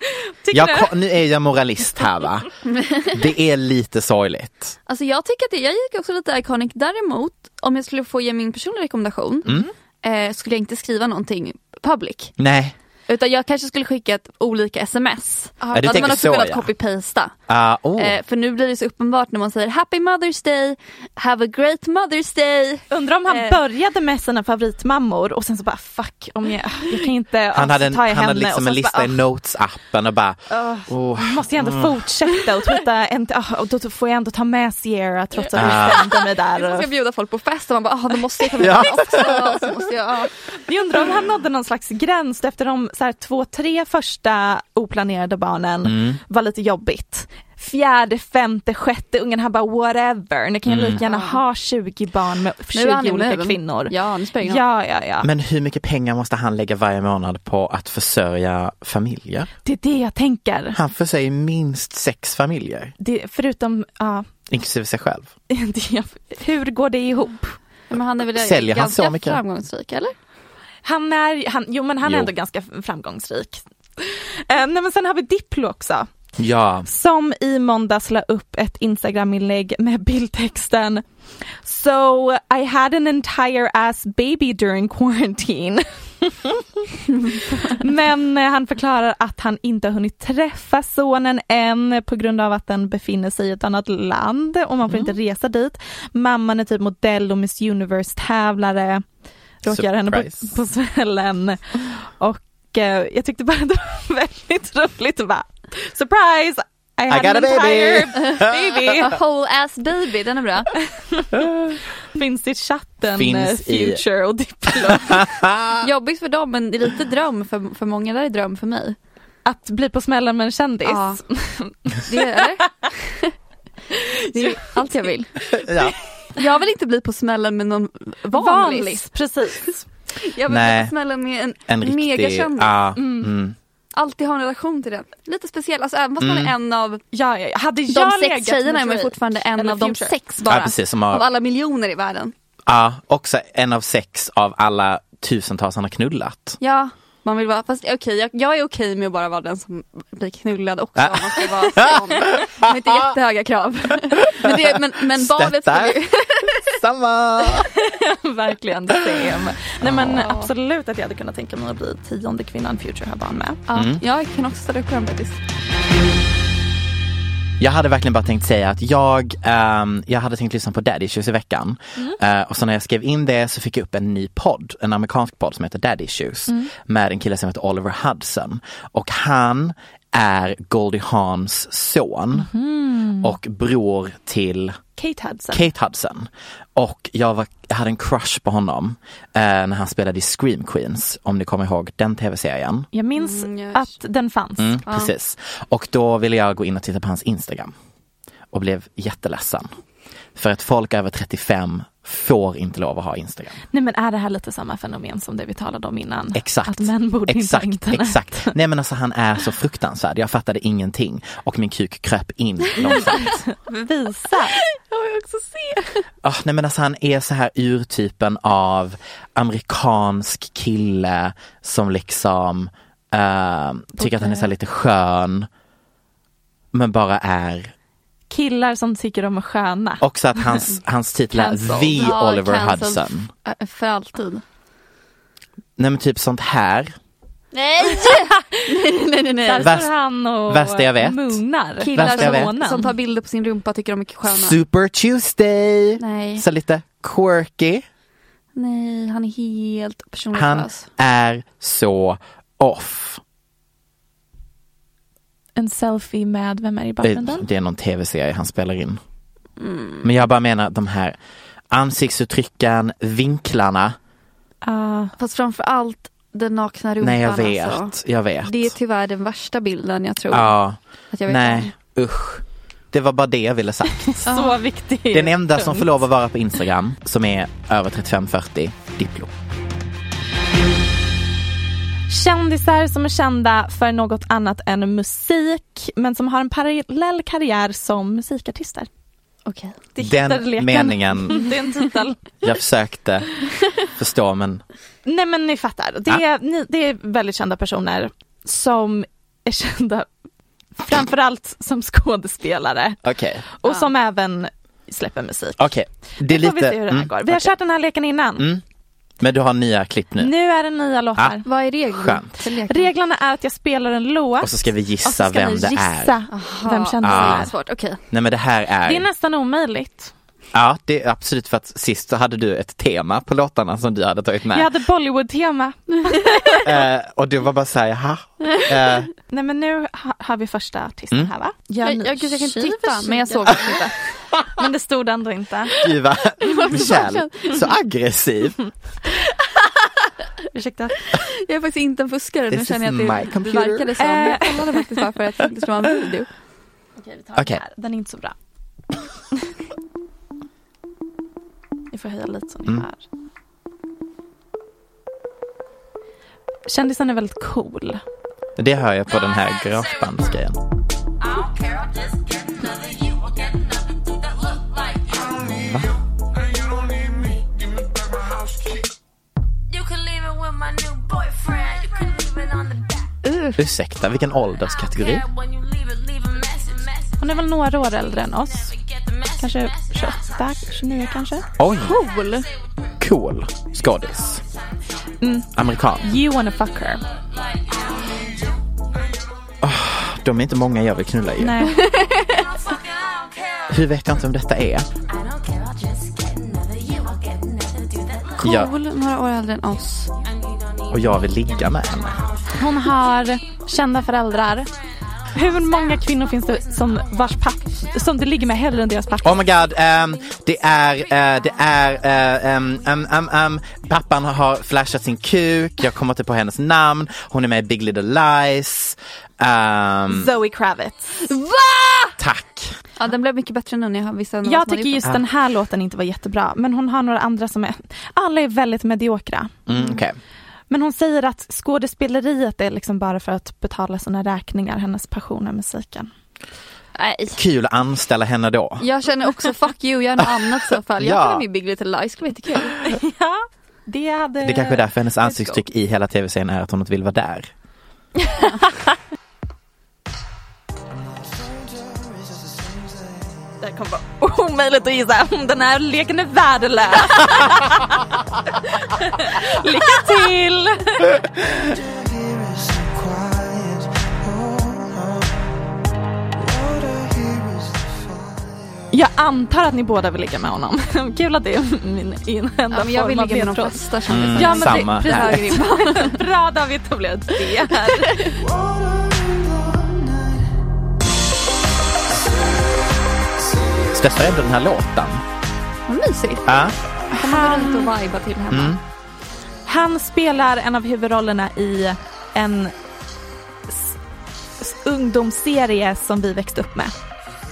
Nu är jag moralist här, va? Det är lite sorgligt. Alltså jag tycker att jag gick också lite iconic. Däremot, om jag skulle få ge min personliga rekommendation skulle jag inte skriva någonting public. Nej. Utan jag kanske skulle skicka ett olika sms. Då hade man också kunnat copy-pasta. För nu blir det så uppenbart när man säger Happy Mother's Day, have a great Mother's Day. Undrar om han började med sina favoritmammor och sen så bara fuck, om jag kan inte han hade henne liksom en lista i Notes-appen och bara måste jag ändå fortsätta och twittra och då får jag ändå ta med Sierra trots att jag stämde mig där. Jag ska bjuda folk på fest och man bara, då måste jag ta med också. Så måste jag, Jag undrar om han nådde någon slags gräns efter de 2-3 första oplanerade barnen var lite jobbigt. 4:e, 5:e, 6:e ungen här bara whatever. Ni kan ju lika gärna ha 20 barn med 20 olika kvinnor. Ja, nu spelar ja. Men hur mycket pengar måste han lägga varje månad på att försörja familjer? Det är det jag tänker. Han försörjer minst 6 familjer. Förutom, inklusive sig själv. Hur går det ihop? Men han är väl säljer han så mycket framgångsrik, eller? Han är ändå ganska framgångsrik. Men sen har vi Diplo också. Ja. Som i måndags la upp ett Instagram-inlägg med bildtexten So I had an entire ass baby during quarantine. Men han förklarar att han inte har hunnit träffa sonen än på grund av att den befinner sig i ett annat land och man får inte resa dit. Mamman är typ modell och Miss Universe-tävlare. Råkar henne på svällen. Och jag tyckte bara det var väldigt roligt att bara, surprise! I got a baby! baby. A whole ass baby, den är bra. Finns i chatten Finns Future och Diplo. Jobbigt för dem, men det är lite dröm för många. Där är dröm för mig. Att bli på smällen med en kändis. Ja. Det är allt jag vill. Ja. Jag vill inte bli på smällen med någon vanlis. Precis. Jag vill bli på smällen med en riktig megakändis. Alltid ha en relation till den. Lite speciell. Alltså även fast man är en av hade de jag 6 tjejerna är man fortfarande en eller av de Future. 6 bara. Ja, precis, som har, av alla miljoner i världen. Ja, också en av 6 av alla tusentals han har knullat. Ja, man vill vara, fast jag är okej med att bara vara den som blir knullad också. Om man ska vara sån. Det är inte jättehöga krav. men valet skulle samma. Verkligen det same. Nej men absolut att jag hade kunnat tänka mig att bli 10:e kvinnan Future har barn med. Ja, jag kan också ställa upp på den faktiskt. Jag hade verkligen bara tänkt säga att jag hade tänkt lyssna på Daddy Issues i veckan. Och så när jag skrev in det så fick jag upp en ny podd, en amerikansk podd som heter Daddy Issues med en kille som heter Oliver Hudson. Och han är Goldie Hawns son och bror till Kate Hudson. Och jag hade en crush på honom när han spelade i Scream Queens, om ni kommer ihåg den tv-serien. Jag minns att den fanns. Precis. Och då ville jag gå in och titta på hans Instagram och blev jätteledsen. För att folk över 35 får inte lov att ha Instagram. Nej, men är det här lite samma fenomen som det vi talade om innan? Exakt. Att män borde inte ha internet. Exakt. Nej, men alltså han är så fruktansvärd. Jag fattade ingenting. Och min kuk kröp in långsamt. Visa. Jag vill också se. Nej, men alltså han är så här urtypen av amerikansk kille som liksom tycker att han är så här lite skön. Men bara är... Killar som tycker de är sköna. Också att hans titel är The Oliver Hudson. För alltid. Nej, men typ sånt här. Nej. Där står han och värsta jag vet. moonar. Killar som tar bilder på sin rumpa tycker de är mycket sköna. Super Tuesday. Nej. Så lite quirky. Nej, han är helt personlighets. Han är så off. En selfie med, vem är i bakgrunden? Det är någon tv-serie han spelar in. Men jag bara menar de här ansiktsuttrycken, vinklarna. Fast framför allt den nakna rumpan. Nej, jag vet. Det är tyvärr den värsta bilden jag tror. Ja. Att jag vet nej, usch. Det var bara det jag ville sagt. Så viktigt. Den enda som får lov att vara på Instagram som är över 35-40, Diplo. Kändisar som är kända för något annat än musik, men som har en parallell karriär som musikartister. Okej. Den meningen. Det är en titel. Jag försökte förstå, men... Nej, men ni fattar. Det är väldigt kända personer som är kända framförallt som skådespelare. Okay. Och som även släpper musik. Okej. Det är lite... Vi se hur det här går. Vi har kört den här leken innan. Men du har nya klipp nu. Nu är det nya låtar. Vad är reglerna? Reglerna är att jag spelar en låt. Och så ska vi gissa vem det är. Vem kändes det är. Svårt. Okej. Nej, men det här är... Det är nästan omöjligt. Ja, det är absolut, för att sist så hade du ett tema på låtarna som du hade tagit med. Jag hade Bollywood-tema. Och det var bara så här, jaha. Nej, men nu har vi första artisten här, va? Jag kan inte titta, men jag såg det inte. Men det stod ändå inte. Du var Michelle, så aggressiv. Ursäkta. Jag är faktiskt inte en fuskare. Nu känner jag att det verkade som. Jag kollade faktiskt bara för att det skulle vara en video. Okej, vi tar den här. Den är inte så bra. Ni får höja lite så ni hör. Kändisen är väldigt cool. Det hör jag på den här garagebandsgrejen. Va? Ursäkta, vilken ålderskategori? Hon är väl några år äldre än oss. Kanske 28, 29 kanske. Oj. Cool skådis. Amerikan. You wanna fuck her. De är inte många jag vill knulla i. Nej. Hur vet jag inte om detta är? Cool, några år äldre än oss. Och jag vill ligga med henne. Hon har kända föräldrar. Hur många kvinnor finns det som det ligger med hellre än deras pappa? Oh my god, pappan har flashat sin kuk. Jag kommer inte på hennes namn. Hon är med i Big Little Lies. Zoe Kravitz. Va? Tack. Ja, den blev mycket bättre nu när jag visste. Jag tycker just den här låten inte var jättebra. Men hon har några andra som är... Alla är väldigt mediokra. Okay. Men hon säger att skådespeleriet är liksom bara för att betala sina räkningar. Hennes passion är musiken. Nej. Kul att anställa henne då. Jag känner också fuck you, jag är något annat i så fall. Jag kan med Big Little Lies, skulle vara jättekul. Ja, det kanske är därför hennes ansiktstryck i hela tv-serien är att hon inte vill vara där. Det kommer vara omöjligt att gissa om den här leken är värdelös. Lycka till! Jag antar att ni båda vill ligga med honom. Kul att det är min enda form av jag vill ligga med de flesta. Ja, men samma. Bra David, då blev det här. Stöttar ändå den här låten. Vad mysigt. Ja. Han går runt och viba till hemma. Han spelar en av huvudrollerna i en ungdomsserie som vi växte upp med.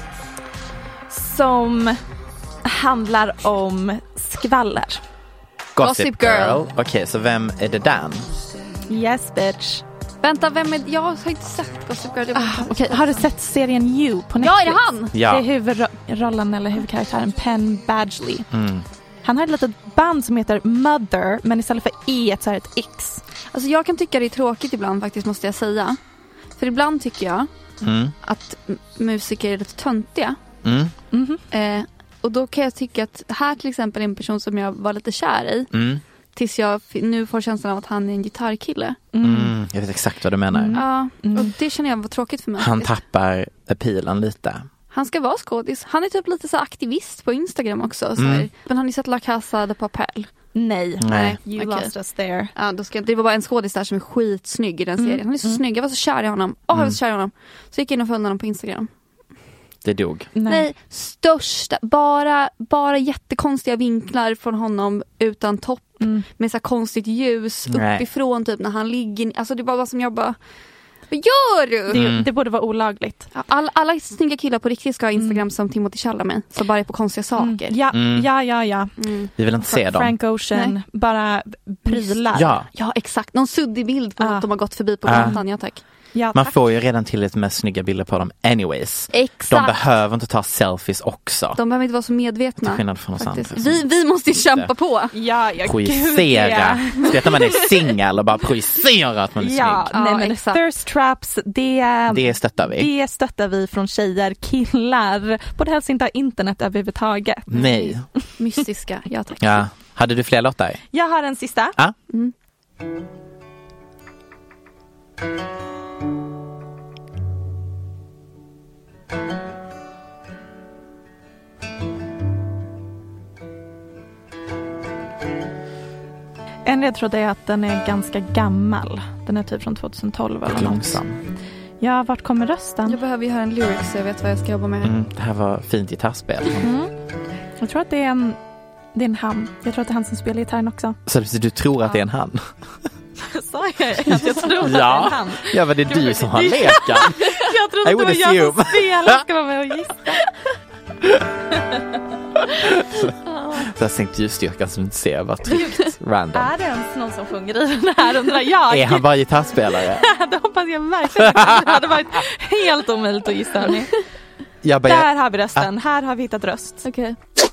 Som handlar om skvaller. Gossip Girl. Okej, så vem är det Dan? Yes, bitch. Vänta, vem är... Jag har inte sett Gossip Girl. Okej, har du sett serien You på Netflix? Ja, är det han? Ja. Det är huvudrollen eller huvudkaraktären Penn Badgley. Han har ett litet band som heter Mother, men istället för E så är det ett X. Alltså jag kan tycka det är tråkigt ibland faktiskt, måste jag säga. För ibland tycker jag att musiker är lite töntiga. Och då kan jag tycka att här till exempel är en person som jag var lite kär i. Tills jag nu får känslan av att han är en gitarrkille. Jag vet exakt vad du menar. Ja, och det känner jag var tråkigt för mig. Han tappar appealen lite. Han ska vara skådis. Han är typ lite så aktivist på Instagram också. Så här. Men har ni sett La Casa de Papel? Nej. You lost us there. Ja, det var bara en skådis där som är skitsnygg i den serien. Han är så snygg. Jag var så kär i honom. Jag var så kär i honom. Så gick jag in och följde honom på Instagram. Det dog. Nej, största. Bara jättekonstiga vinklar från honom utan topp. Med så här konstigt ljus uppifrån typ när han ligger. Alltså det var bara som jag bara... Vad gör du? Det borde vara olagligt. Alla snygga killar på riktigt ska ha Instagram som Timothy Chalamet. Så bara är på konstiga saker. Ja. Vi vill inte se dem. Frank Ocean, bara prylar. Ja, exakt. Någon suddig bild på något de har gått förbi på gatan. Ja, tack. Ja, man får ju redan till lite med snygga bilder på dem anyways. Exakt. De behöver inte ta selfies också. De behöver inte vara så medvetna. Till skillnad från oss andra. Vi måste ju kämpa på. Projicera. Vet man är singel och bara projicera att man är snygg. Nej, men exakt. Thirst traps, det stöttar vi. Det stöttar vi från tjejer, killar. Borde helst inte ha internet överhuvudtaget. Nej. Mystiska, ja tack. Ja. Hade du fler låtar? Jag har en sista. Ja. En ledtråd är att den är ganska gammal. Den är typ från 2012 eller långsam. Ja, vart kommer rösten? Jag behöver ju höra en lyrics så jag vet vad jag ska jobba med. Det här var fint gitarrspel. Jag tror att det är en han. Jag tror att det är han som spelar gitarren också. Så du tror att det är en han? Sa jag att jag tror att det är en han? Ja, men det är du som har leken. Jag trodde det var jag som spelar ska vara med och gissa. Så jag tänkte ljusstyrkan som inte ser vad tryckt random. Är det ens någon som sjunger i den här undrar jag? Är han bara gitarrspelare? Det hoppas jag verkligen. Det hade varit helt omöjligt att gissa, hörni. Där har vi rösten. Här har vi hittat röst. Okej.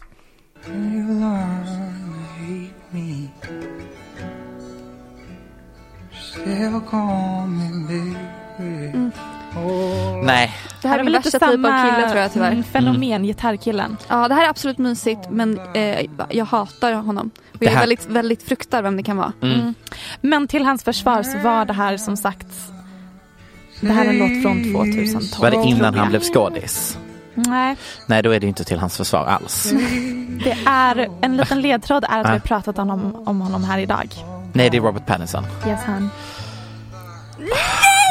Nej. Det här är min värsta typ av kille tror jag tyvärr. Fenomen, gitarrkillen. Ja, det här är absolut mysigt men jag hatar honom. Och jag är väldigt, väldigt fruktar vem det kan vara. Men till hans försvar så var det här som sagt, det här är en låt från 2012. Var det innan han blev skådis? Nej, då är det inte till hans försvar alls. Det är en liten ledtråd är att vi har pratat om honom här idag. Nej, det är Robert Pattinson. Yes, han.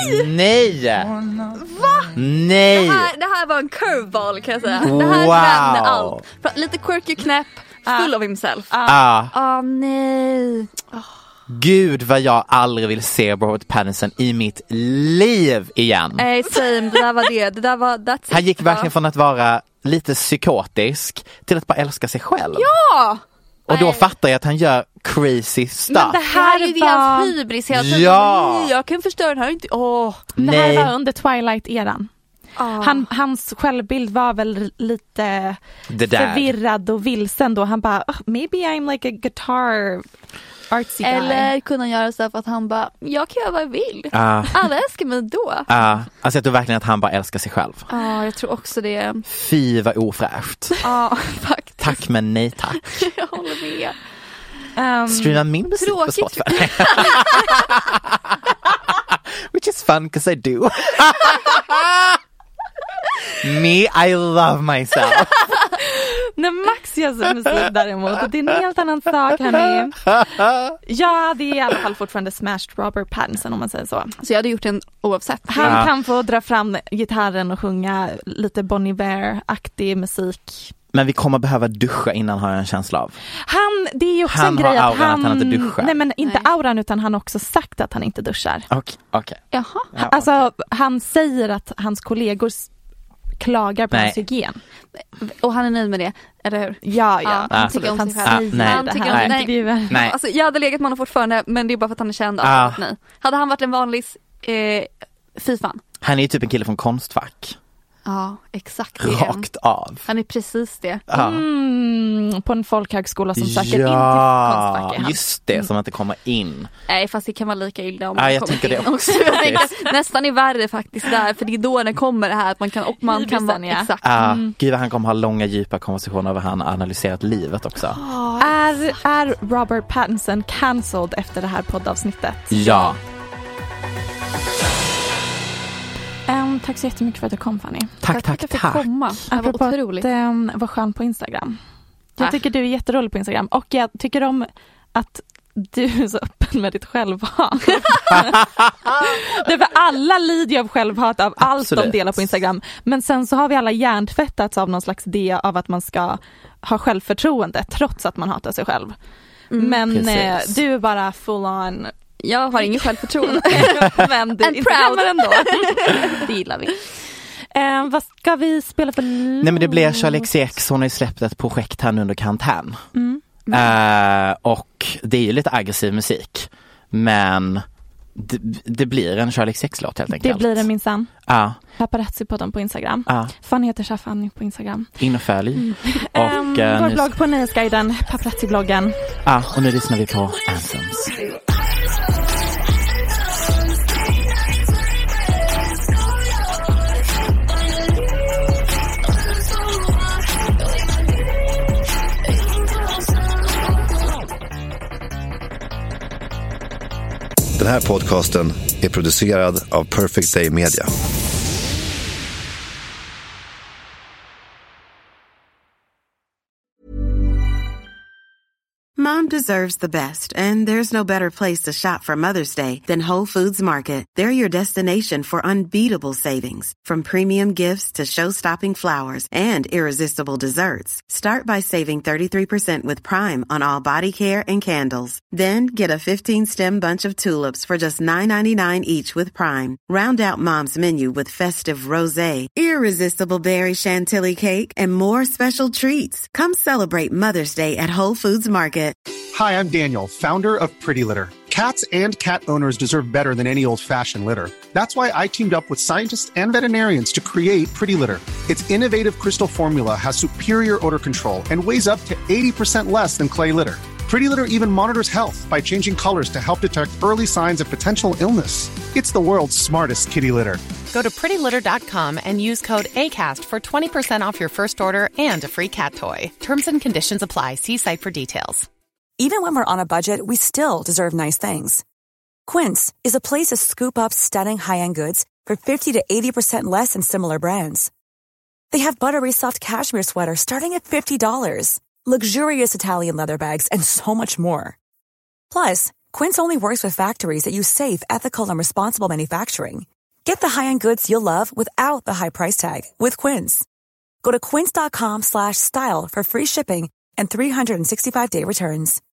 Nej! Va? Nej! Det här var en curveball kan jag säga. Det här vände allt. Lite quirky knäpp, full of himself. Nej. Gud vad jag aldrig vill se Robert Pattinson i mitt liv igen. Same, det där var det. Det där var that's Han gick verkligen från att vara lite psykotisk till att bara älska sig själv. Ja! Och då fattar jag att han gör crazy stuff. Men det här är ju hans hybris hela tiden. Ja. Jag kan förstå den här inte. Det här var under Twilight-eran. Hans självbild var väl lite förvirrad och vilsen då. Han bara, maybe I'm like a guitar artsy guy. Eller kunna göra så för att han bara, jag kan göra vad jag vill. Alla älskar mig då. Alltså jag tror verkligen att han bara älskar sig själv. Jag tror också det. Fy vad ofräscht. Faktiskt. Tack men nej tack. Jag håller med. Streama min musik på Spotify. Which is fun because I do. Me, I love myself. När Max gör musik däremot, det är en helt annan sak, hörni. Ja, det är i alla fall fortfarande smashed Robert Pattinson om man säger så. Så jag hade gjort den oavsett. Han kan få dra fram gitarren och sjunga lite Bon Iver-aktig musik. Men vi kommer behöva duscha innan, har jag en känsla av. Det är ju också en grej att han inte duschar. Nej, men inte auran, utan han har också sagt att han inte duschar. Okej. Jaha. Ja, alltså han säger att hans kollegor klagar på hans hygien. Och han är nöjd med det, eller hur? Ja. Han tycker om sig själv. Nej. Alltså, jag hade legat med honom fortfarande, men det är bara för att han är känd. Nej. Hade han varit en vanlig fy fan. Han är ju typ en kille från Konstfack. Ja, exakt. Rakt av. Han är precis det. På en folkhögskola som söker in till Konstfack. Just det, som att det kommer in. Nej, fast det kan vara lika illa om man jag kommer det in också. Jag tänker, nästan är värre faktiskt där, för det är då det kommer det här att man kan vara exakt. Gud vad han kommer ha långa djupa konversationer över han har analyserat livet också. Är Robert Pattinson cancelled efter det här poddavsnittet? Ja. Tack så jättemycket för att du kom, Fanny. Tack. Apropå att var skön på Instagram. Jag tycker du är jätterolig på Instagram. Och jag tycker om att du är så öppen med ditt självhat. Det är för alla lider av självhat av allt de delar på Instagram. Men sen så har vi alla hjärntvättats av någon slags idé av att man ska ha självförtroende trots att man hatar sig själv. Men du är bara full on. Jag har ingen självförtroende. Men du inte proud ändå. Det gillar vi. Vad ska vi spela för låt? Nej, men det blir Charlie XCX. Hon har ju släppt ett projekt här under karantän. Och det är ju lite aggressiv musik. Men det blir en Charlie XCX-låt helt enkelt. Det blir det minsann. Paparazzi på dem på Instagram. Fanny heter Shafani på Instagram. In och följ. Vår blogg på Nöjesguiden, Paparazzi-bloggen. Och nu lyssnar vi på Anthems. Den här podcasten är producerad av Perfect Day Media. Mom deserves the best, and there's no better place to shop for Mother's Day than Whole Foods Market. They're your destination for unbeatable savings, from premium gifts to show-stopping flowers and irresistible desserts. Start by saving 33% with Prime on all body care and candles. Then get a 15-stem bunch of tulips for just $9.99 each with Prime. Round out Mom's menu with festive rosé, irresistible berry chantilly cake, and more special treats. Come celebrate Mother's Day at Whole Foods Market. Hi, I'm Daniel, founder of Pretty Litter. Cats and cat owners deserve better than any old-fashioned litter. That's why I teamed up with scientists and veterinarians to create Pretty Litter. Its innovative crystal formula has superior odor control and weighs up to 80% less than clay litter. Pretty Litter even monitors health by changing colors to help detect early signs of potential illness. It's the world's smartest kitty litter. Go to prettylitter.com and use code ACAST for 20% off your first order and a free cat toy. Terms and conditions apply. See site for details. Even when we're on a budget, we still deserve nice things. Quince is a place to scoop up stunning high-end goods for 50 to 80% less than similar brands. They have buttery soft cashmere sweaters starting at $50, luxurious Italian leather bags, and so much more. Plus, Quince only works with factories that use safe, ethical, and responsible manufacturing. Get the high-end goods you'll love without the high price tag with Quince. Go to quince.com/style for free shipping and 365-day returns.